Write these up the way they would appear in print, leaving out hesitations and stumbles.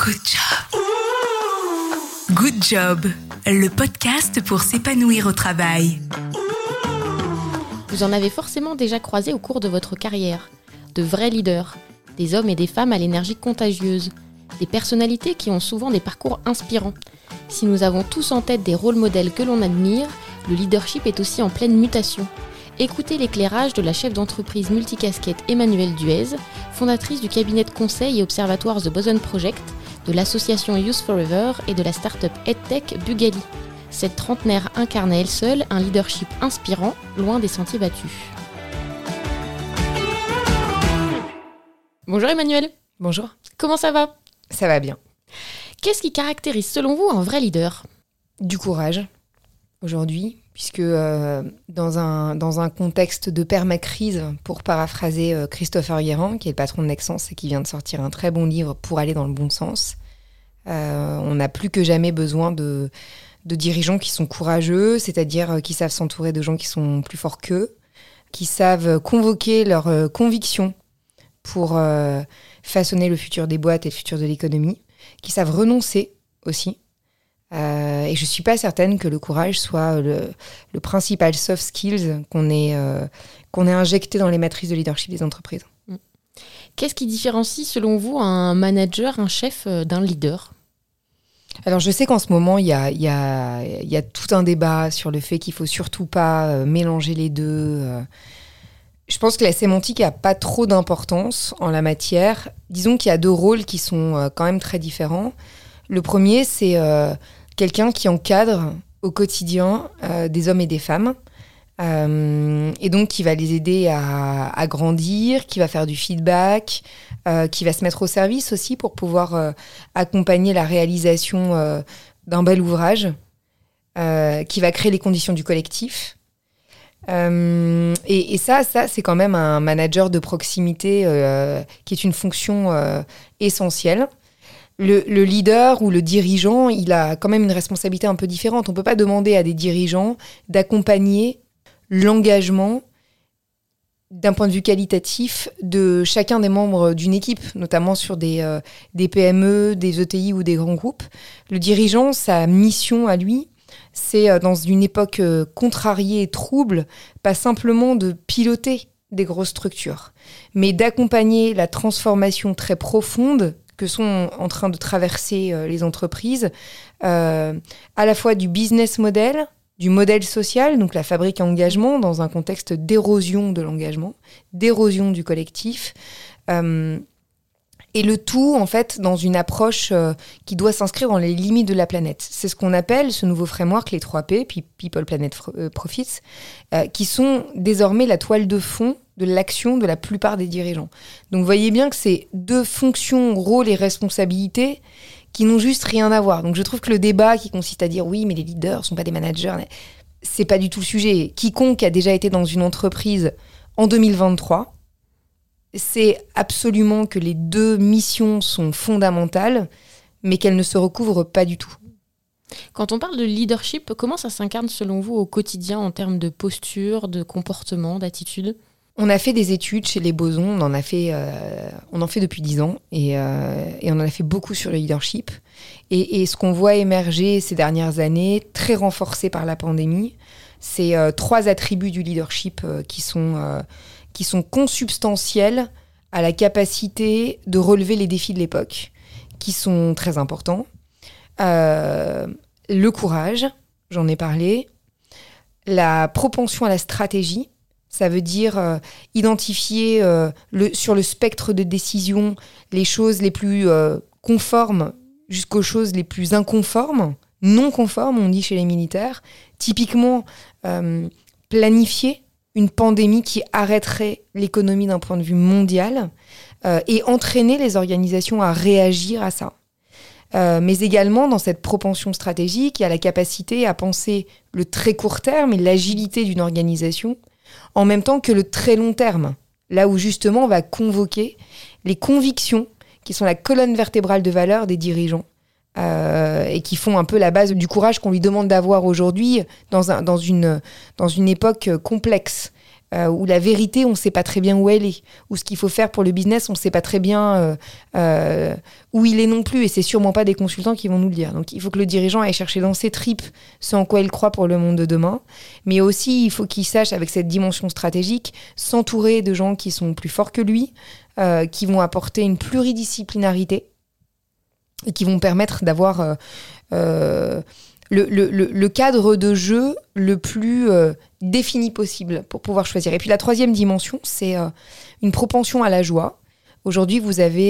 Good job. Good job, le podcast pour s'épanouir au travail. Vous en avez forcément déjà croisé au cours de votre carrière. De vrais leaders, des hommes et des femmes à l'énergie contagieuse, des personnalités qui ont souvent des parcours inspirants. Si nous avons tous en tête des rôles modèles que l'on admire, le leadership est aussi en pleine mutation. Écoutez l'éclairage de la chef d'entreprise multicasquette Emmanuelle Duez, fondatrice du cabinet de conseil et observatoire The Boson Project, de l'association Youth Forever et de la start-up EdTech Bugali. Cette trentenaire incarne à elle seule un leadership inspirant, loin des sentiers battus. Bonjour Emmanuelle. Bonjour. Comment ça va ? Ça va bien. Qu'est-ce qui caractérise selon vous un vrai leader ? Du courage, aujourd'hui, puisque dans un contexte de permacrise, pour paraphraser Christopher Guérand, qui est le patron de Nexence et qui vient de sortir un très bon livre pour aller dans le bon sens, on n'a plus que jamais besoin de dirigeants qui sont courageux, c'est-à-dire qui savent s'entourer de gens qui sont plus forts qu'eux, qui savent convoquer leurs convictions pour façonner le futur des boîtes et le futur de l'économie, qui savent renoncer aussi. Et je ne suis pas certaine que le courage soit le principal soft skills qu'on ait injecté dans les matrices de leadership des entreprises. Qu'est-ce qui différencie selon vous un manager, un chef d'un leader ? Alors je sais qu'en ce moment, il y a tout un débat sur le fait qu'il ne faut surtout pas mélanger les deux. Je pense que la sémantique n'a pas trop d'importance en la matière. Disons qu'il y a deux rôles qui sont quand même très différents. Le premier, c'est quelqu'un qui encadre au quotidien des hommes et des femmes, et donc qui va les aider à grandir, qui va faire du feedback, qui va se mettre au service aussi pour pouvoir accompagner la réalisation d'un bel ouvrage, qui va créer les conditions du collectif. Et ça, c'est quand même un manager de proximité qui est une fonction essentielle. Le leader ou le dirigeant, il a quand même une responsabilité un peu différente. On ne peut pas demander à des dirigeants d'accompagner l'engagement d'un point de vue qualitatif de chacun des membres d'une équipe, notamment sur des PME, des ETI ou des grands groupes. Le dirigeant, sa mission à lui, c'est dans une époque contrariée et trouble, pas simplement de piloter des grosses structures, mais d'accompagner la transformation très profonde que sont en train de traverser les entreprises, à la fois du business model, du modèle social, donc la fabrique à engagement, dans un contexte d'érosion de l'engagement, d'érosion du collectif, et le tout, en fait, dans une approche qui doit s'inscrire dans les limites de la planète. C'est ce qu'on appelle, ce nouveau framework, les 3P, People, Planet, Profits, qui sont désormais la toile de fond de l'action de la plupart des dirigeants. Donc vous voyez bien que c'est deux fonctions, rôles et responsabilités qui n'ont juste rien à voir. Donc je trouve que le débat qui consiste à dire oui, mais les leaders ne sont pas des managers, c'est pas du tout le sujet. Quiconque a déjà été dans une entreprise en 2023, c'est absolument que les deux missions sont fondamentales, mais qu'elles ne se recouvrent pas du tout. Quand on parle de leadership, comment ça s'incarne selon vous au quotidien en termes de posture, de comportement, d'attitude ? On a fait des études chez les Bosons, on en fait depuis 10 ans et on en a fait beaucoup sur le leadership. Et ce qu'on voit émerger ces dernières années, très renforcé par la pandémie, c'est 3 attributs du leadership qui sont consubstantiels à la capacité de relever les défis de l'époque, qui sont très importants. Le courage, j'en ai parlé. La propension à la stratégie. Ça veut dire identifier sur le spectre de décision les choses les plus conformes jusqu'aux choses les plus inconformes, non conformes, on dit chez les militaires. Typiquement, planifier une pandémie qui arrêterait l'économie d'un point de vue mondial et entraîner les organisations à réagir à ça. Mais également, dans cette propension stratégique, il y a la capacité à penser le très court terme et l'agilité d'une organisation, en même temps que le très long terme, là où justement on va convoquer les convictions qui sont la colonne vertébrale de valeur des dirigeants et qui font un peu la base du courage qu'on lui demande d'avoir aujourd'hui dans une époque complexe. où la vérité, on ne sait pas très bien où elle est, où ce qu'il faut faire pour le business, on ne sait pas très bien où il est non plus, et c'est sûrement pas des consultants qui vont nous le dire. Donc il faut que le dirigeant aille chercher dans ses tripes ce en quoi il croit pour le monde de demain, mais aussi il faut qu'il sache, avec cette dimension stratégique, s'entourer de gens qui sont plus forts que lui, qui vont apporter une pluridisciplinarité et qui vont permettre d'avoir le cadre de jeu le plus défini possible pour pouvoir choisir. Et puis la troisième dimension, c'est une propension à la joie. Aujourd'hui, vous avez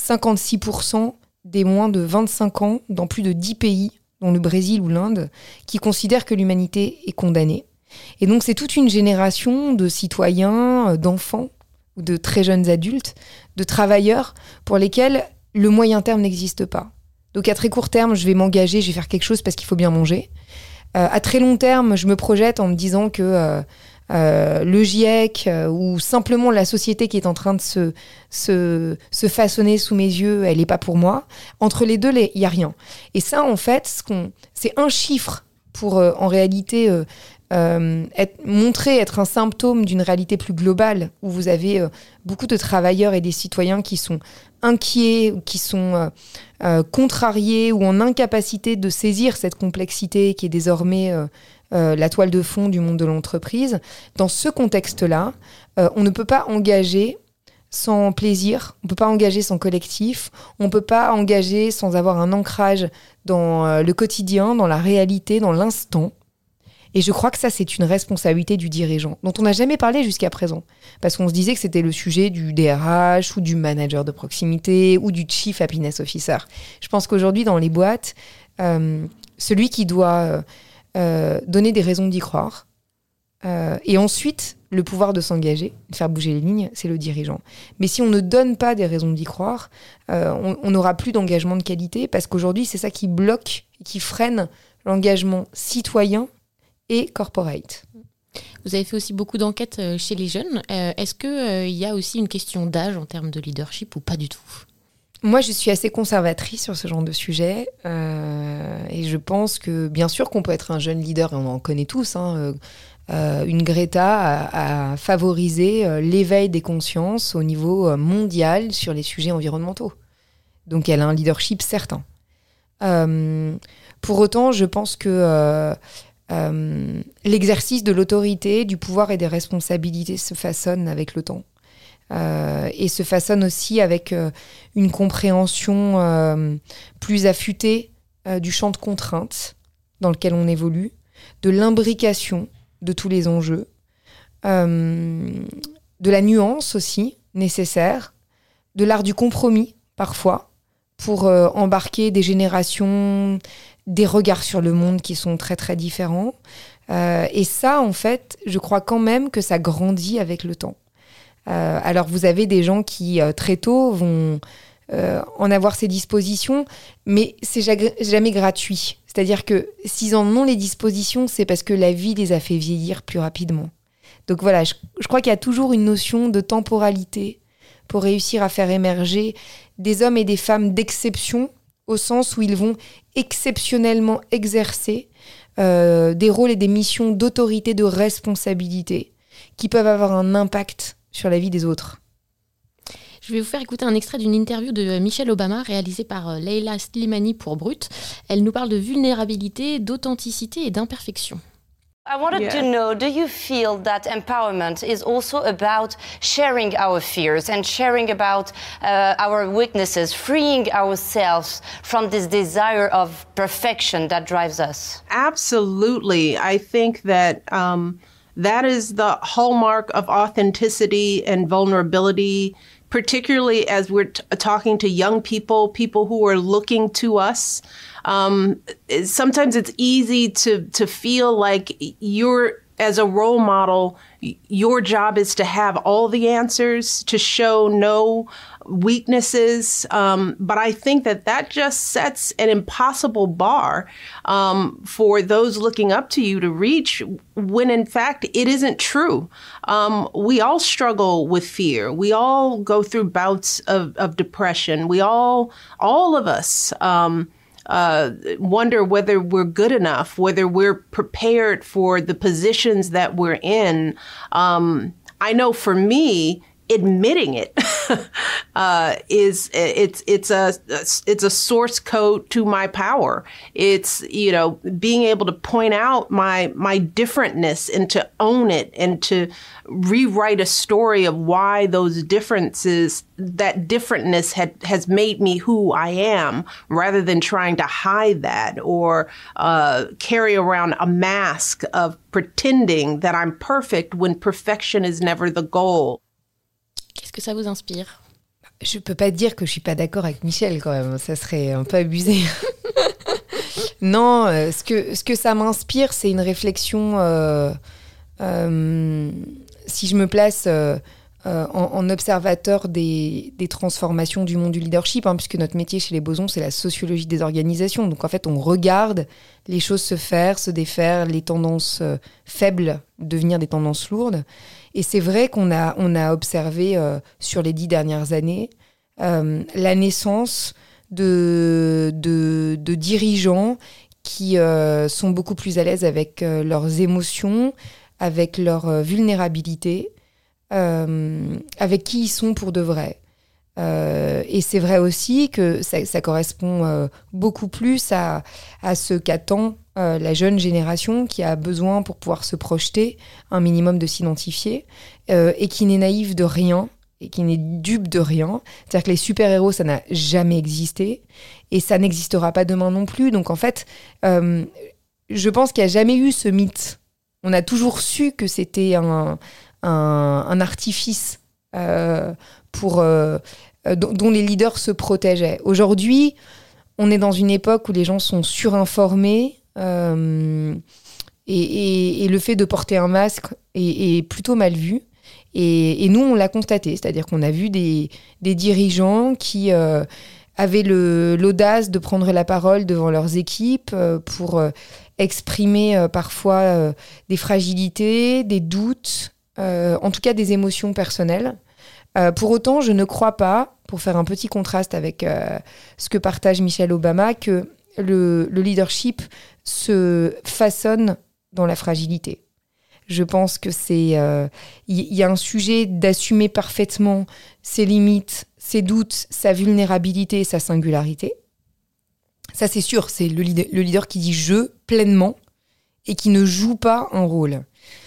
56% des moins de 25 ans dans plus de 10 pays, dont le Brésil ou l'Inde, qui considèrent que l'humanité est condamnée. Et donc c'est toute une génération de citoyens, d'enfants, ou de très jeunes adultes, de travailleurs, pour lesquels le moyen terme n'existe pas. Donc à très court terme, je vais m'engager, je vais faire quelque chose parce qu'il faut bien manger. À très long terme, je me projette en me disant que le GIEC ou simplement la société qui est en train de se façonner sous mes yeux, elle n'est pas pour moi. Entre les deux, il n'y a rien. Et ça, en fait, c'est un chiffre pour en réalité être un symptôme d'une réalité plus globale, où vous avez beaucoup de travailleurs et des citoyens qui sont inquiets, qui sont contrariés ou en incapacité de saisir cette complexité qui est désormais la toile de fond du monde de l'entreprise. Dans ce contexte-là, on ne peut pas engager sans plaisir, on ne peut pas engager sans collectif, on ne peut pas engager sans avoir un ancrage dans le quotidien, dans la réalité, dans l'instant. Et je crois que ça, c'est une responsabilité du dirigeant, dont on n'a jamais parlé jusqu'à présent. Parce qu'on se disait que c'était le sujet du DRH ou du manager de proximité ou du Chief Happiness Officer. Je pense qu'aujourd'hui, dans les boîtes, celui qui doit donner des raisons d'y croire, et ensuite, le pouvoir de s'engager, de faire bouger les lignes, c'est le dirigeant. Mais si on ne donne pas des raisons d'y croire, on n'aura plus d'engagement de qualité, parce qu'aujourd'hui, c'est ça qui bloque, qui freine l'engagement citoyen et corporate. Vous avez fait aussi beaucoup d'enquêtes chez les jeunes. Est-ce qu'il y a aussi une question d'âge en termes de leadership ou pas du tout ? Moi, je suis assez conservatrice sur ce genre de sujet. Et je pense que, bien sûr, qu'on peut être un jeune leader, et on en connaît tous. Une Greta a favorisé l'éveil des consciences au niveau mondial sur les sujets environnementaux. Donc, elle a un leadership certain. Pour autant, je pense que l'exercice de l'autorité, du pouvoir et des responsabilités se façonne avec le temps. Et se façonne aussi avec une compréhension plus affûtée du champ de contraintes dans lequel on évolue, de l'imbrication de tous les enjeux, de la nuance aussi nécessaire, de l'art du compromis parfois, pour embarquer des générations, des regards sur le monde qui sont très très différents. Et ça, en fait, je crois quand même que ça grandit avec le temps. Alors vous avez des gens qui très tôt vont en avoir ces dispositions, mais c'est jamais gratuit. C'est-à-dire que s'ils en ont les dispositions, c'est parce que la vie les a fait vieillir plus rapidement. Donc voilà, je crois qu'il y a toujours une notion de temporalité pour réussir à faire émerger des hommes et des femmes d'exception, au sens où ils vont exceptionnellement exercer des rôles et des missions d'autorité, de responsabilité, qui peuvent avoir un impact sur la vie des autres. Je vais vous faire écouter un extrait d'une interview de Michelle Obama réalisée par Leila Slimani pour Brut. Elle nous parle de vulnérabilité, d'authenticité et d'imperfection. I wanted to know, do you feel that empowerment is also about sharing our fears and sharing about our weaknesses, freeing ourselves from this desire of perfection that drives us? Absolutely. I think that that is the hallmark of authenticity and vulnerability, particularly as we're talking to young people who are looking to us. Sometimes it's easy to feel like you're, as a role model, your job is to have all the answers, to show no weaknesses. But I think that just sets an impossible bar for those looking up to you to reach, when in fact it isn't true. We all struggle with fear. We all go through bouts of depression. We all of us wonder whether we're good enough, whether we're prepared for the positions that we're in. I know for me, admitting it is it's a source code to my power. It's, you know, being able to point out my differentness and to own it and to rewrite a story of why those differences, that differentness has made me who I am, rather than trying to hide that or carry around a mask of pretending that I'm perfect when perfection is never the goal. Qu'est-ce que ça vous inspire ? Je peux pas dire que je suis pas d'accord avec Michel quand même, ça serait un peu abusé. Non, ce que ça m'inspire, c'est une réflexion. Si je me place en observateur des transformations du monde du leadership, puisque notre métier chez les Bosons, c'est la sociologie des organisations. Donc en fait, on regarde les choses se faire, se défaire, les tendances faibles devenir des tendances lourdes. Et c'est vrai qu'on a observé sur les 10 dernières années la naissance de dirigeants qui sont beaucoup plus à l'aise avec leurs émotions, avec leur vulnérabilité, avec qui ils sont pour de vrai. Et c'est vrai aussi que ça correspond beaucoup plus à ce qu'attend la jeune génération, qui a besoin, pour pouvoir se projeter, un minimum de s'identifier, et qui n'est naïve de rien, et qui n'est dupe de rien. C'est-à-dire que les super-héros, ça n'a jamais existé, et ça n'existera pas demain non plus. Donc en fait, je pense qu'il n'y a jamais eu ce mythe. On a toujours su que c'était un artifice dont les leaders se protégeaient. Aujourd'hui, on est dans une époque où les gens sont surinformés, et le fait de porter un masque est plutôt mal vu. Et nous, on l'a constaté, c'est-à-dire qu'on a vu des dirigeants qui avaient l'audace de prendre la parole devant leurs équipes pour exprimer parfois des fragilités, des doutes, en tout cas des émotions personnelles. Pour autant, je ne crois pas, pour faire un petit contraste avec ce que partage Michelle Obama, que le leadership se façonne dans la fragilité. Je pense que il y a un sujet d'assumer parfaitement ses limites, ses doutes, sa vulnérabilité et sa singularité. Ça, c'est sûr, c'est le leader qui dit « je » pleinement et qui ne joue pas un rôle.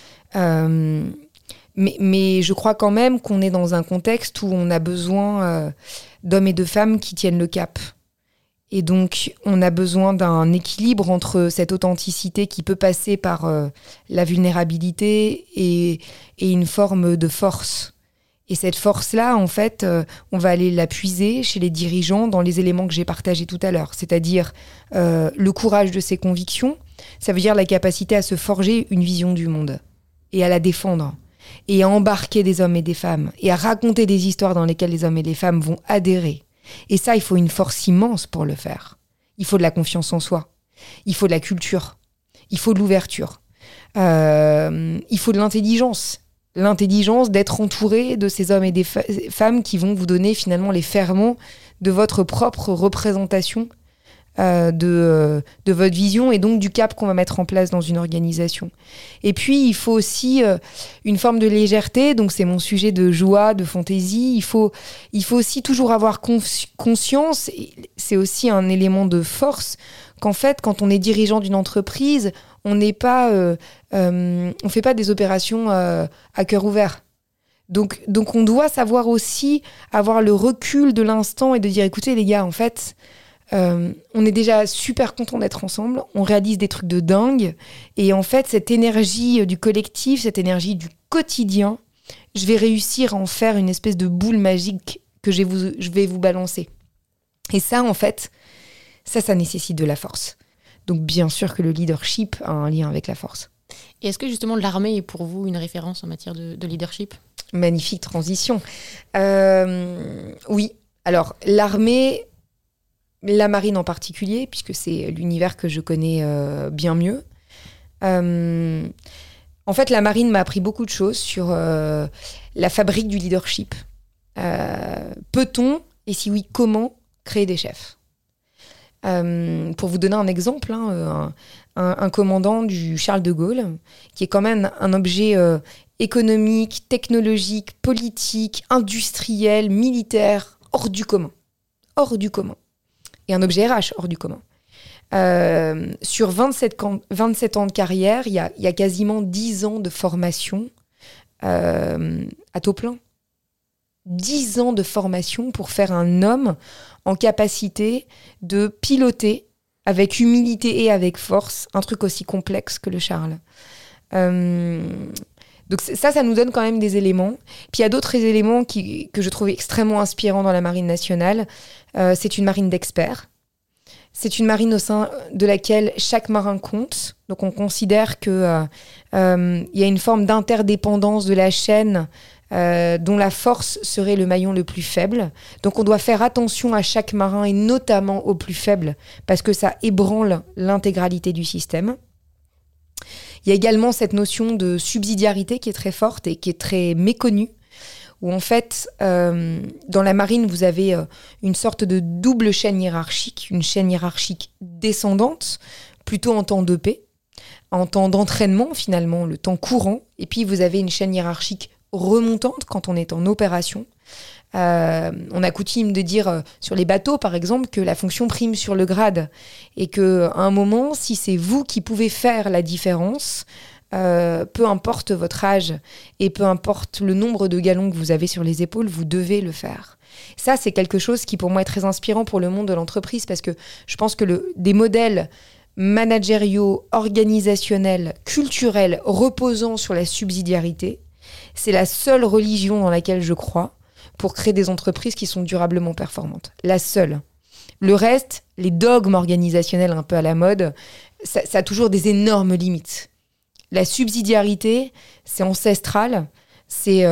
Mais je crois quand même qu'on est dans un contexte où on a besoin d'hommes et de femmes qui tiennent le cap. Et donc, on a besoin d'un équilibre entre cette authenticité qui peut passer par la vulnérabilité et une forme de force. Et cette force-là, en fait, on va aller la puiser chez les dirigeants dans les éléments que j'ai partagés tout à l'heure. C'est-à-dire le courage de ses convictions, ça veut dire la capacité à se forger une vision du monde et à la défendre. Et à embarquer des hommes et des femmes, et à raconter des histoires dans lesquelles les hommes et les femmes vont adhérer. Et ça, il faut une force immense pour le faire. Il faut de la confiance en soi, il faut de la culture, il faut de l'ouverture, il faut de l'intelligence d'être entouré de ces hommes et des femmes qui vont vous donner finalement les ferments de votre propre représentation de votre vision et donc du cap qu'on va mettre en place dans une organisation. Et puis, il faut aussi une forme de légèreté, donc c'est mon sujet de joie, de fantaisie. Il faut aussi toujours avoir conscience, et c'est aussi un élément de force, qu'en fait, quand on est dirigeant d'une entreprise, on n'est pas, on fait pas des opérations à cœur ouvert. Donc on doit savoir aussi avoir le recul de l'instant et de dire, écoutez les gars, en fait, on est déjà super content d'être ensemble, on réalise des trucs de dingue, et en fait cette énergie du collectif, cette énergie du quotidien, je vais réussir à en faire une espèce de boule magique que je vais vous balancer. Et ça, en fait, ça nécessite de la force. Donc bien sûr que le leadership a un lien avec la force. Et est-ce que justement l'armée est pour vous une référence en matière de leadership ? Magnifique transition. Oui, alors l'armée, la marine en particulier, puisque c'est l'univers que je connais bien mieux. En fait, la marine m'a appris beaucoup de choses sur la fabrique du leadership. Peut-on, et si oui, comment, créer des chefs ? Pour vous donner un exemple, un commandant du Charles de Gaulle, qui est quand même un objet économique, technologique, politique, industriel, militaire, hors du commun. Hors du commun. Et un objet RH hors du commun. Sur 27 ans de carrière, il y a quasiment 10 ans de formation à taux plein. 10 ans de formation pour faire un homme en capacité de piloter avec humilité et avec force un truc aussi complexe que le Charles. Donc ça nous donne quand même des éléments. Puis il y a d'autres éléments que je trouve extrêmement inspirants dans la Marine nationale. C'est une marine d'experts. C'est une marine au sein de laquelle chaque marin compte. Donc on considère qu'il y a une forme d'interdépendance de la chaîne dont la force serait le maillon le plus faible. Donc on doit faire attention à chaque marin et notamment au plus faible parce que ça ébranle l'intégralité du système. Il y a également cette notion de subsidiarité qui est très forte et qui est très méconnue, où en fait, dans la marine, vous avez une sorte de double chaîne hiérarchique, une chaîne hiérarchique descendante, plutôt en temps de paix, en temps d'entraînement finalement, le temps courant, et puis vous avez une chaîne hiérarchique remontante quand on est en opération. On a coutume de dire sur les bateaux, par exemple, que la fonction prime sur le grade et qu'à un moment, si c'est vous qui pouvez faire la différence, peu importe votre âge et peu importe le nombre de galons que vous avez sur les épaules, vous devez le faire. Ça, c'est quelque chose qui, pour moi, est très inspirant pour le monde de l'entreprise parce que je pense que des modèles managériaux, organisationnels, culturels reposant sur la subsidiarité, c'est la seule religion dans laquelle je crois pour créer des entreprises qui sont durablement performantes. La seule. Le reste, les dogmes organisationnels un peu à la mode, ça a toujours des énormes limites. La subsidiarité, c'est ancestral, c'est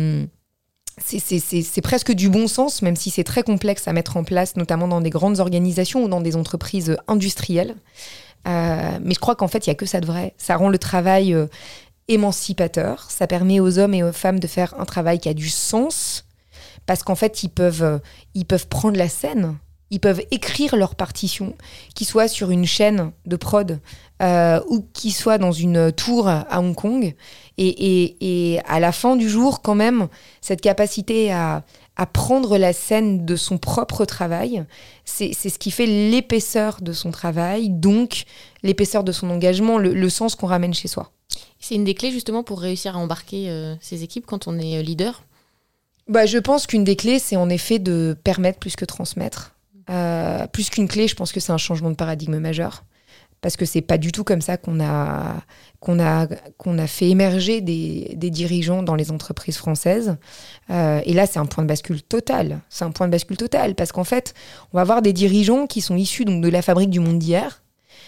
presque du bon sens, même si c'est très complexe à mettre en place, notamment dans des grandes organisations ou dans des entreprises industrielles. Mais je crois qu'en fait, il n'y a que ça de vrai. Ça rend le travail émancipateur, ça permet aux hommes et aux femmes de faire un travail qui a du sens, parce qu'en fait, ils peuvent prendre la scène, ils peuvent écrire leur partition, qu'ils soient sur une chaîne de prod ou qu'ils soient dans une tour à Hong Kong. Et à la fin du jour, quand même, cette capacité à prendre la scène de son propre travail, c'est ce qui fait l'épaisseur de son travail, donc l'épaisseur de son engagement, le sens qu'on ramène chez soi. C'est une des clés justement pour réussir à embarquer ces équipes quand on est leader ? Je pense qu'une des clés, c'est en effet de permettre plus que transmettre. Plus qu'une clé, je pense que c'est un changement de paradigme majeur. Parce que c'est pas du tout comme ça qu'on a fait émerger des dirigeants dans les entreprises françaises. Et là, c'est un point de bascule total. C'est un point de bascule total. Parce qu'en fait, on va avoir des dirigeants qui sont issus donc, de la fabrique du monde d'hier,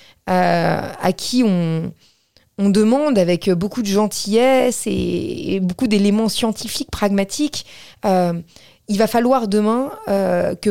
à qui on demande avec beaucoup de gentillesse et beaucoup d'éléments scientifiques, pragmatiques, il va falloir demain que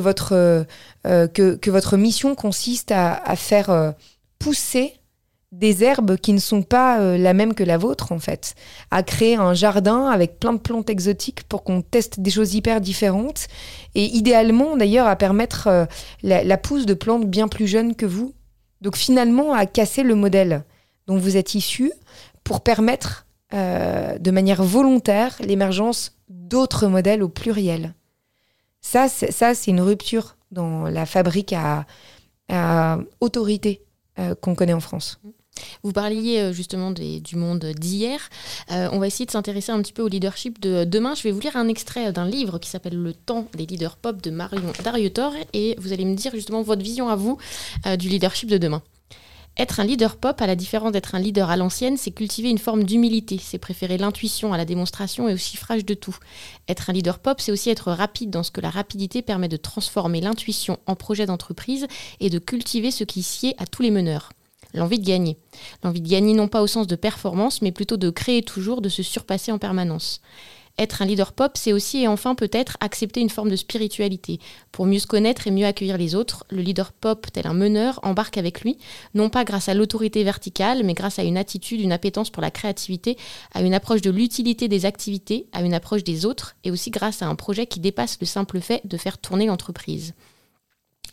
votre mission consiste à faire pousser des herbes qui ne sont pas la même que la vôtre, en fait. À créer un jardin avec plein de plantes exotiques pour qu'on teste des choses hyper différentes. Et idéalement, d'ailleurs, à permettre la pousse de plantes bien plus jeunes que vous. Donc finalement, à casser le modèle dont vous êtes issu pour permettre de manière volontaire l'émergence d'autres modèles au pluriel. Ça, c'est une rupture dans la fabrique à autorité qu'on connaît en France. Vous parliez justement du monde d'hier. On va essayer de s'intéresser un petit peu au leadership de demain. Je vais vous lire un extrait d'un livre qui s'appelle « Le temps des leaders pop » de Marion Darrieutor et vous allez me dire justement votre vision à vous du leadership de demain. Être un leader pop, à la différence d'être un leader à l'ancienne, c'est cultiver une forme d'humilité, c'est préférer l'intuition à la démonstration et au chiffrage de tout. Être un leader pop, c'est aussi être rapide dans ce que la rapidité permet de transformer l'intuition en projet d'entreprise et de cultiver ce qui sied à tous les meneurs. L'envie de gagner. L'envie de gagner non pas au sens de performance, mais plutôt de créer toujours, de se surpasser en permanence. Être un leader pop, c'est aussi et enfin peut-être accepter une forme de spiritualité. Pour mieux se connaître et mieux accueillir les autres, le leader pop, tel un meneur, embarque avec lui, non pas grâce à l'autorité verticale, mais grâce à une attitude, une appétence pour la créativité, à une approche de l'utilité des activités, à une approche des autres, et aussi grâce à un projet qui dépasse le simple fait de faire tourner l'entreprise.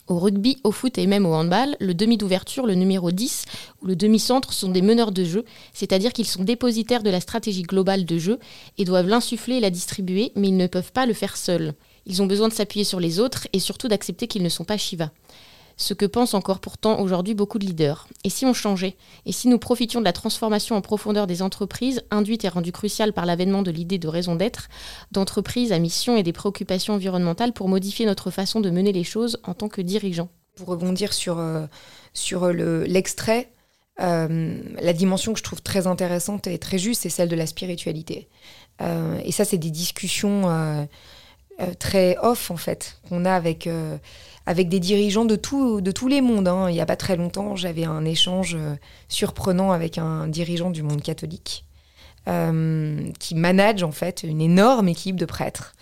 Au rugby, au foot et même au handball, le demi d'ouverture, le numéro 10 ou le demi-centre sont des meneurs de jeu, c'est-à-dire qu'ils sont dépositaires de la stratégie globale de jeu et doivent l'insuffler et la distribuer, mais ils ne peuvent pas le faire seuls. Ils ont besoin de s'appuyer sur les autres et surtout d'accepter qu'ils ne sont pas Shiva. Ce que pensent encore pourtant aujourd'hui beaucoup de leaders. Et si on changeait ? Et si nous profitions de la transformation en profondeur des entreprises, induite et rendue cruciale par l'avènement de l'idée de raison d'être, d'entreprises à mission et des préoccupations environnementales pour modifier notre façon de mener les choses en tant que dirigeants ? Pour rebondir sur l'extrait, la dimension que je trouve très intéressante et très juste, c'est celle de la spiritualité. Et ça, c'est des discussions très off, en fait, qu'on a avec des dirigeants de tous les mondes. Il n'y a pas très longtemps, j'avais un échange surprenant avec un dirigeant du monde catholique qui manage en fait une énorme équipe de prêtres.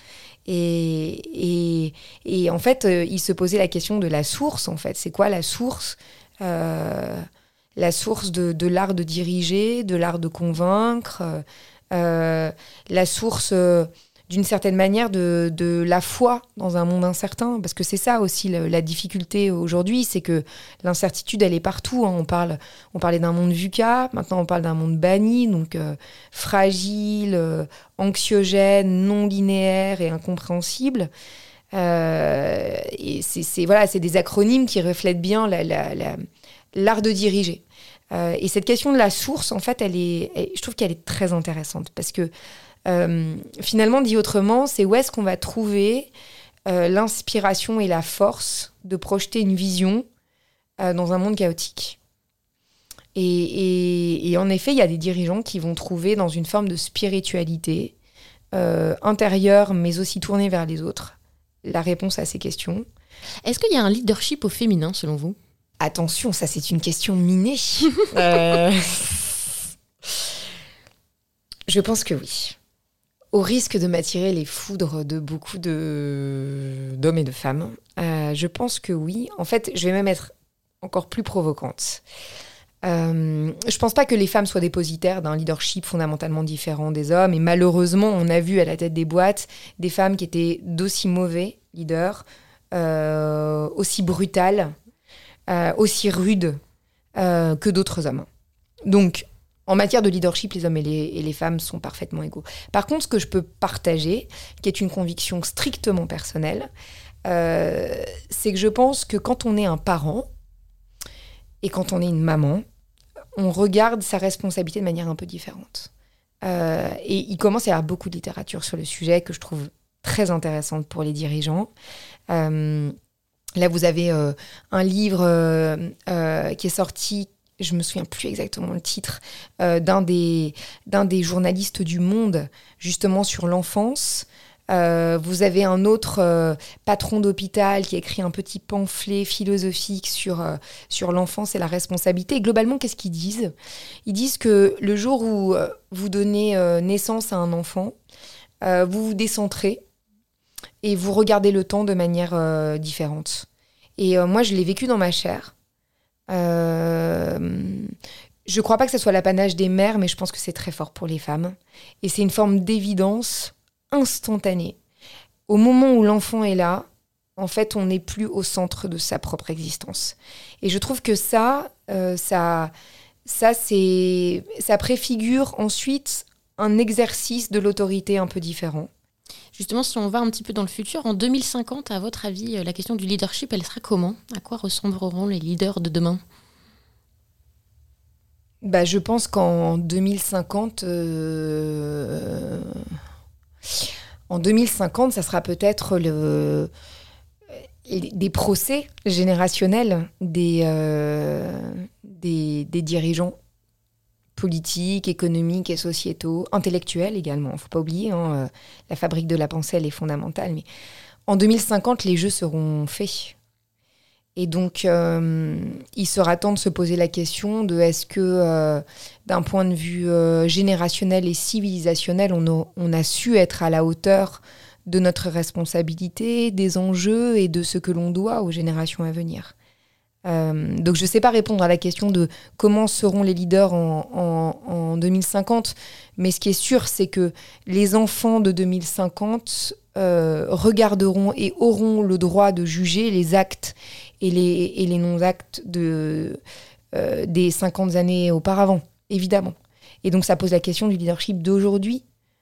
Et en fait, il se posait la question de la source, en fait. C'est quoi la source ? La source de l'art de diriger, de l'art de convaincre, la source... d'une certaine manière de la foi dans un monde incertain, parce que c'est ça aussi la difficulté aujourd'hui, c'est que l'incertitude elle est partout. On parlait d'un monde VUCA, maintenant on parle d'un monde banni, donc fragile, anxiogène, non linéaire et incompréhensible. Et c'est des acronymes qui reflètent bien l'art de diriger. Et cette question de la source, en fait, je trouve qu'elle est très intéressante, parce que finalement, dit autrement, c'est où est-ce qu'on va trouver l'inspiration et la force de projeter une vision dans un monde chaotique. Et en effet, il y a des dirigeants qui vont trouver dans une forme de spiritualité intérieure, mais aussi tournée vers les autres, la réponse à ces questions. Est-ce qu'il y a un leadership au féminin, selon vous ? Attention, ça c'est une question minée. Je pense que oui. Au risque de m'attirer les foudres de beaucoup d'hommes et de femmes, je pense que oui. En fait, je vais même être encore plus provocante. Je pense pas que les femmes soient dépositaires d'un leadership fondamentalement différent des hommes. Et malheureusement, on a vu à la tête des boîtes des femmes qui étaient d'aussi mauvais leaders, aussi brutales, aussi rudes que d'autres hommes. Donc, en matière de leadership, les hommes et les femmes sont parfaitement égaux. Par contre, ce que je peux partager, qui est une conviction strictement personnelle, c'est que je pense que quand on est un parent et quand on est une maman, on regarde sa responsabilité de manière un peu différente. Et il commence à y avoir beaucoup de littérature sur le sujet que je trouve très intéressante pour les dirigeants. Là, vous avez un livre qui est sorti, je me souviens plus exactement le titre, d'un des journalistes du Monde, justement sur l'enfance. Vous avez un autre patron d'hôpital qui a écrit un petit pamphlet philosophique sur l'enfance et la responsabilité. Et globalement, qu'est-ce qu'ils disent ? Ils disent que le jour où vous donnez naissance à un enfant, vous vous décentrez et vous regardez le temps de manière différente. Et moi, je l'ai vécu dans ma chair. Je crois pas que ce soit l'apanage des mères, mais je pense que c'est très fort pour les femmes. Et c'est une forme d'évidence instantanée. Au moment où l'enfant est là, en fait, on n'est plus au centre de sa propre existence. Et je trouve que ça préfigure ensuite un exercice de l'autorité un peu différent. Justement, si on va un petit peu dans le futur, en 2050, à votre avis, la question du leadership, elle sera comment ? À quoi ressembleront les leaders de demain ? Je pense qu'en 2050, ça sera peut-être des procès générationnels des dirigeants politiques, économiques et sociétaux, intellectuels également. Il ne faut pas oublier, la fabrique de la pensée, elle est fondamentale. Mais en 2050, les jeux seront faits. Et donc, il sera temps de se poser la question de est-ce que, d'un point de vue générationnel et civilisationnel, on a su être à la hauteur de notre responsabilité, des enjeux et de ce que l'on doit aux générations à venir. Donc je ne sais pas répondre à la question de comment seront les leaders en 2050, mais ce qui est sûr, c'est que les enfants de 2050 regarderont et auront le droit de juger les actes et les non-actes des 50 années auparavant, évidemment. Et donc ça pose la question du leadership d'aujourd'hui.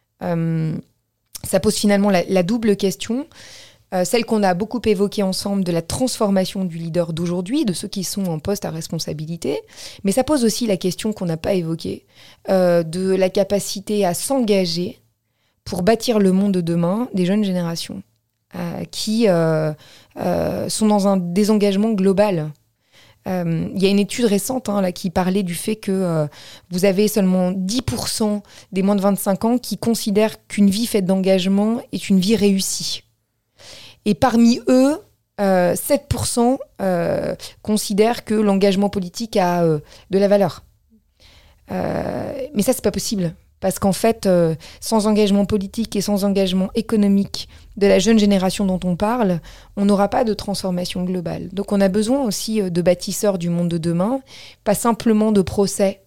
Ça pose finalement la double question, celle qu'on a beaucoup évoquée ensemble de la transformation du leader d'aujourd'hui, de ceux qui sont en poste à responsabilité, mais ça pose aussi la question qu'on n'a pas évoquée, de la capacité à s'engager pour bâtir le monde de demain des jeunes générations qui sont dans un désengagement global. Il y a une étude récente là, qui parlait du fait que vous avez seulement 10% des moins de 25 ans qui considèrent qu'une vie faite d'engagement est une vie réussie. Et parmi eux, 7% considèrent que l'engagement politique a de la valeur. Mais ça, c'est pas possible. Parce qu'en fait, sans engagement politique et sans engagement économique de la jeune génération dont on parle, on n'aura pas de transformation globale. Donc on a besoin aussi de bâtisseurs du monde de demain, pas simplement de procès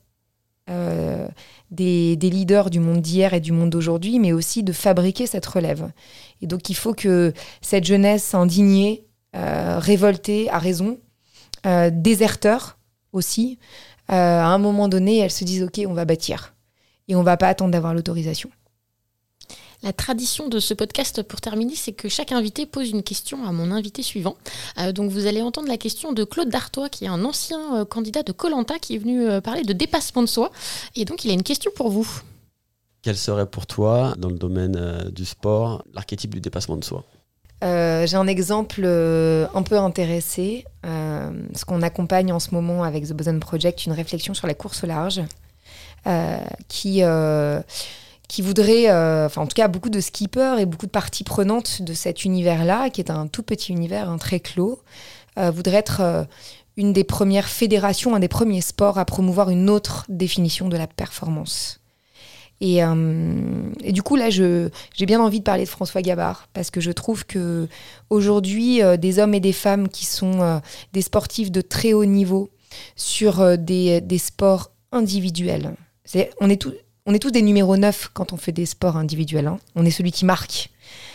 des leaders du monde d'hier et du monde d'aujourd'hui, mais aussi de fabriquer cette relève. Et donc il faut que cette jeunesse indignée, révoltée, à raison, déserteur aussi, à un moment donné, elle se dise « Ok, on va bâtir ». Et on ne va pas attendre d'avoir l'autorisation. La tradition de ce podcast, pour terminer, c'est que chaque invité pose une question à mon invité suivant. Donc vous allez entendre la question de Claude Dartois, qui est un ancien candidat de Koh-Lanta, qui est venu parler de dépassement de soi. Et donc il a une question pour vous. Quel serait pour toi, dans le domaine du sport, l'archétype du dépassement de soi ? J'ai un exemple un peu intéressé, ce qu'on accompagne en ce moment avec The Boson Project, une réflexion sur la course au large. Qui voudrait, en tout cas beaucoup de skippers et beaucoup de parties prenantes de cet univers-là, qui est un tout petit univers, très clos, voudrait être une des premières fédérations, un des premiers sports à promouvoir une autre définition de la performance. Et du coup, là, j'ai bien envie de parler de François Gabard, parce que je trouve qu'aujourd'hui, des hommes et des femmes qui sont des sportifs de très haut niveau sur des sports individuels. On est tous des numéros 9 quand on fait des sports individuels. On est celui qui marque.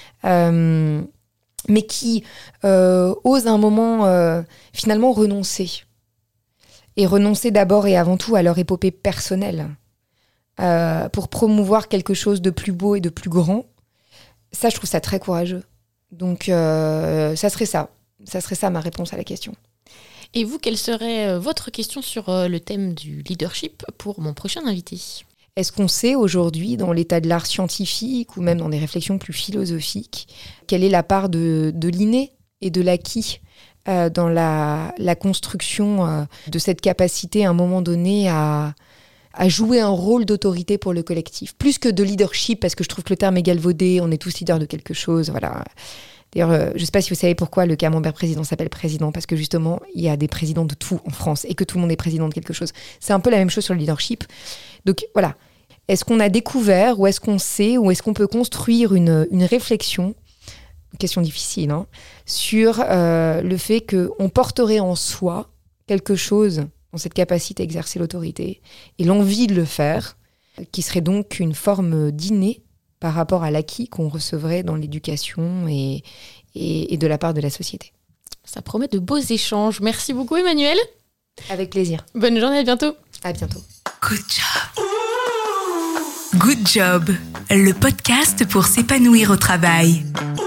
Mais qui ose à un moment finalement renoncer. Et renoncer d'abord et avant tout à leur épopée personnelle. Pour promouvoir quelque chose de plus beau et de plus grand. Ça, je trouve ça très courageux. Donc, ça serait ça. Ça serait ça ma réponse à la question. Et vous, quelle serait votre question sur le thème du leadership pour mon prochain invité ? Est-ce qu'on sait aujourd'hui, dans l'état de l'art scientifique ou même dans des réflexions plus philosophiques, quelle est la part de l'inné et de l'acquis dans la construction de cette capacité à un moment donné à jouer un rôle d'autorité pour le collectif ? Plus que de leadership, parce que je trouve que le terme est galvaudé, on est tous leaders de quelque chose, voilà. D'ailleurs, je ne sais pas si vous savez pourquoi le camembert président s'appelle président, parce que justement, il y a des présidents de tout en France et que tout le monde est président de quelque chose. C'est un peu la même chose sur le leadership. Donc voilà, est-ce qu'on a découvert, ou est-ce qu'on sait, ou est-ce qu'on peut construire une réflexion, une question difficile, sur le fait qu'on porterait en soi quelque chose dans cette capacité à exercer l'autorité et l'envie de le faire, qui serait donc une forme d'inné par rapport à l'acquis qu'on recevrait dans l'éducation et de la part de la société. Ça promet de beaux échanges. Merci beaucoup, Emmanuelle. Avec plaisir. Bonne journée, à bientôt. À bientôt. Good job. Good job, le podcast pour s'épanouir au travail.